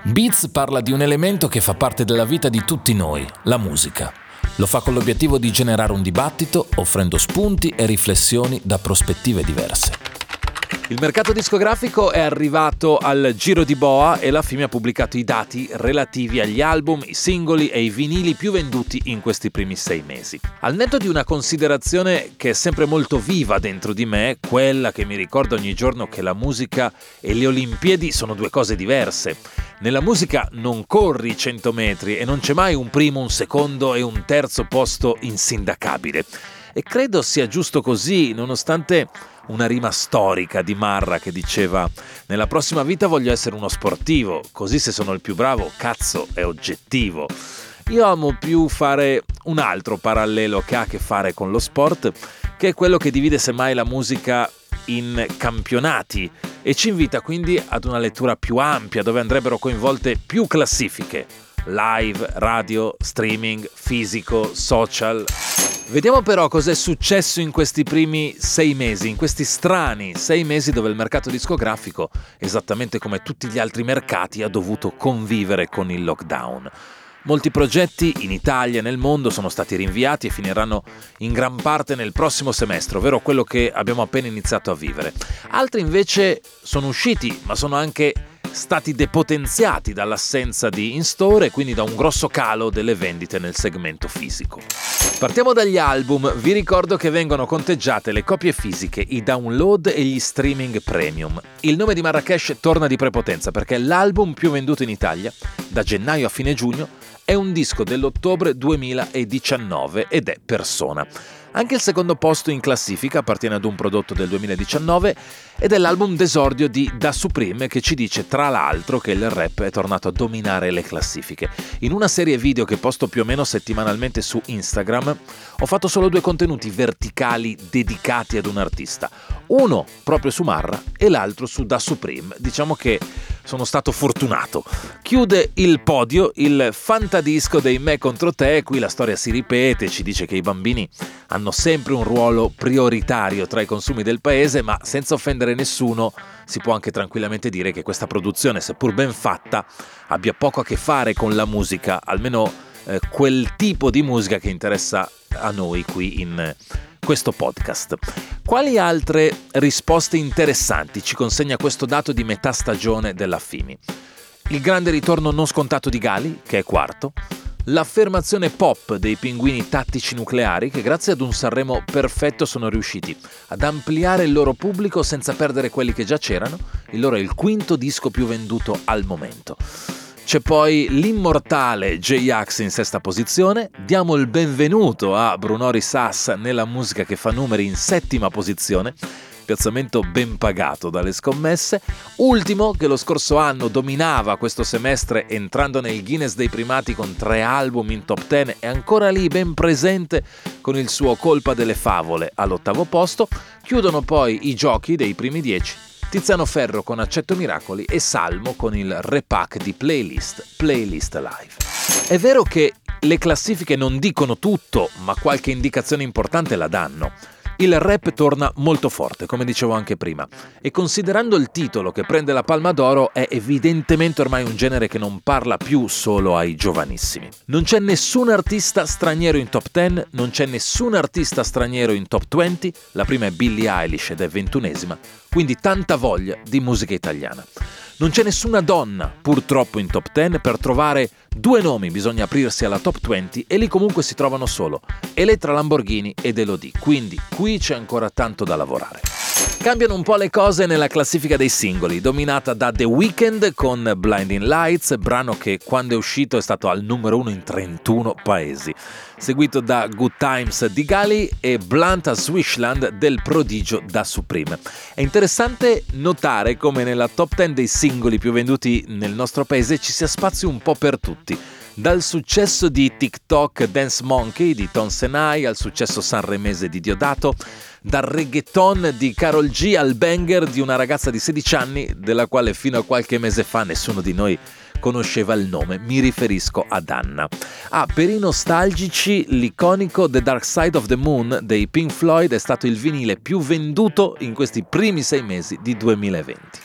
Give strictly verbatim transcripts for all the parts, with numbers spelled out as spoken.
Beats parla di un elemento che fa parte della vita di tutti noi, la musica. Lo fa con l'obiettivo di generare un dibattito, offrendo spunti e riflessioni da prospettive diverse. Il mercato discografico è arrivato al giro di boa e la F I M ha pubblicato i dati relativi agli album, i singoli e i vinili più venduti in questi primi sei mesi. Al netto di una considerazione che è sempre molto viva dentro di me, quella che mi ricorda ogni giorno che la musica e le Olimpiadi sono due cose diverse. Nella musica non corri cento metri e non c'è mai un primo, un secondo e un terzo posto insindacabile. E credo sia giusto così, nonostante una rima storica di Marra che diceva «Nella prossima vita voglio essere uno sportivo, così se sono il più bravo, cazzo, è oggettivo». Io amo più fare un altro parallelo che ha a che fare con lo sport, che è quello che divide semmai la musica in campionati e ci invita quindi ad una lettura più ampia, dove andrebbero coinvolte più classifiche: live, radio, streaming, fisico, social. Vediamo però cosa è successo in questi primi sei mesi, in questi strani sei mesi dove il mercato discografico, esattamente come tutti gli altri mercati, ha dovuto convivere con il lockdown. Molti progetti in Italia e nel mondo sono stati rinviati e finiranno in gran parte nel prossimo semestre, ovvero quello che abbiamo appena iniziato a vivere. Altri invece sono usciti, ma sono anche stati depotenziati dall'assenza di in-store e quindi da un grosso calo delle vendite nel segmento fisico. Partiamo dagli album. Vi ricordo che vengono conteggiate le copie fisiche, i download e gli streaming premium. Il nome di Marracash torna di prepotenza perché l'album più venduto in Italia, da gennaio a fine giugno, è un disco dell'ottobre duemiladiciannove ed è Persona. Anche il secondo posto in classifica appartiene ad un prodotto del duemiladiciannove ed è l'album d'esordio di Da Supreme, che ci dice tra l'altro che il rap è tornato a dominare le classifiche. In una serie video che posto più o meno settimanalmente su Instagram ho fatto solo due contenuti verticali dedicati ad un artista, uno proprio su Marra e l'altro su Da Supreme. Diciamo che sono stato fortunato. Chiude il podio il fantadisco dei Me contro te. Qui la storia si ripete, ci dice che i bambini hanno sempre un ruolo prioritario tra i consumi del paese, ma senza offendere nessuno si può anche tranquillamente dire che questa produzione, seppur ben fatta, abbia poco a che fare con la musica, almeno eh, quel tipo di musica che interessa a noi qui in questo podcast. Quali altre risposte interessanti ci consegna questo dato di metà stagione della F I M I? Il grande ritorno non scontato di Gali, che è quarto, l'affermazione pop dei Pinguini Tattici Nucleari, che grazie ad un Sanremo perfetto sono riusciti ad ampliare il loro pubblico senza perdere quelli che già c'erano. Il loro è il quinto disco più venduto al momento. C'è poi l'immortale J-Ax in sesta posizione. Diamo il benvenuto a Brunori Sass nella musica che fa numeri in settima posizione, piazzamento ben pagato dalle scommesse. Ultimo, che lo scorso anno dominava questo semestre entrando nel Guinness dei primati con tre album in top dieci, è ancora lì ben presente con il suo Colpa delle favole all'ottavo posto. Chiudono poi i giochi dei primi dieci Tiziano Ferro con Accetto Miracoli e Salmo con il repack di Playlist, Playlist Live. È vero che le classifiche non dicono tutto, ma qualche indicazione importante la danno. Il rap torna molto forte, come dicevo anche prima, e considerando il titolo che prende la Palma d'Oro è evidentemente ormai un genere che non parla più solo ai giovanissimi. Non c'è nessun artista straniero in top dieci, non c'è nessun artista straniero in top venti, la prima è Billie Eilish ed è ventunesima, quindi tanta voglia di musica italiana. Non c'è nessuna donna, purtroppo, in top dieci. Per trovare due nomi bisogna aprirsi alla top venti e lì comunque si trovano solo Elettra Lamborghini ed Elodie, quindi qui c'è ancora tanto da lavorare. Cambiano un po' le cose nella classifica dei singoli, dominata da The Weeknd con Blinding Lights, brano che quando è uscito è stato al numero uno in trentuno paesi, seguito da Good Times di Gali e Blunt a Swishland del prodigio Da Supreme. È interessante notare come nella top dieci dei singoli più venduti nel nostro paese ci sia spazio un po' per tutti. Dal successo di TikTok Dance Monkey di Tom Senai al successo sanremese di Diodato, dal reggaeton di Karol G al banger di una ragazza di sedici anni della quale fino a qualche mese fa nessuno di noi conosceva il nome. Mi riferisco ad Anna. Ah, per i nostalgici, l'iconico The Dark Side of the Moon dei Pink Floyd è stato il vinile più venduto in questi primi sei mesi di duemilaventi.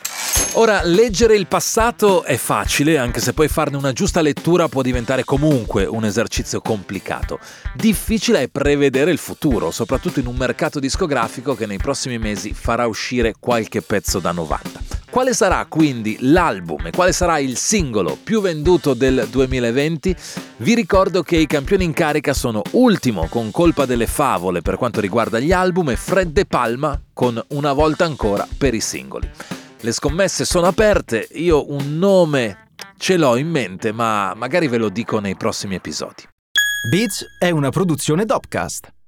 Ora, leggere il passato è facile, anche se poi farne una giusta lettura può diventare comunque un esercizio complicato. Difficile è prevedere il futuro, soprattutto in un mercato discografico che nei prossimi mesi farà uscire qualche pezzo da novanta. Quale sarà quindi l'album e quale sarà il singolo più venduto del duemilaventi? Vi ricordo che i campioni in carica sono Ultimo con Colpa delle favole per quanto riguarda gli album e Fred De Palma con Una volta ancora per i singoli. Le scommesse sono aperte, io un nome ce l'ho in mente, ma magari ve lo dico nei prossimi episodi. Beats è una produzione Dopcast.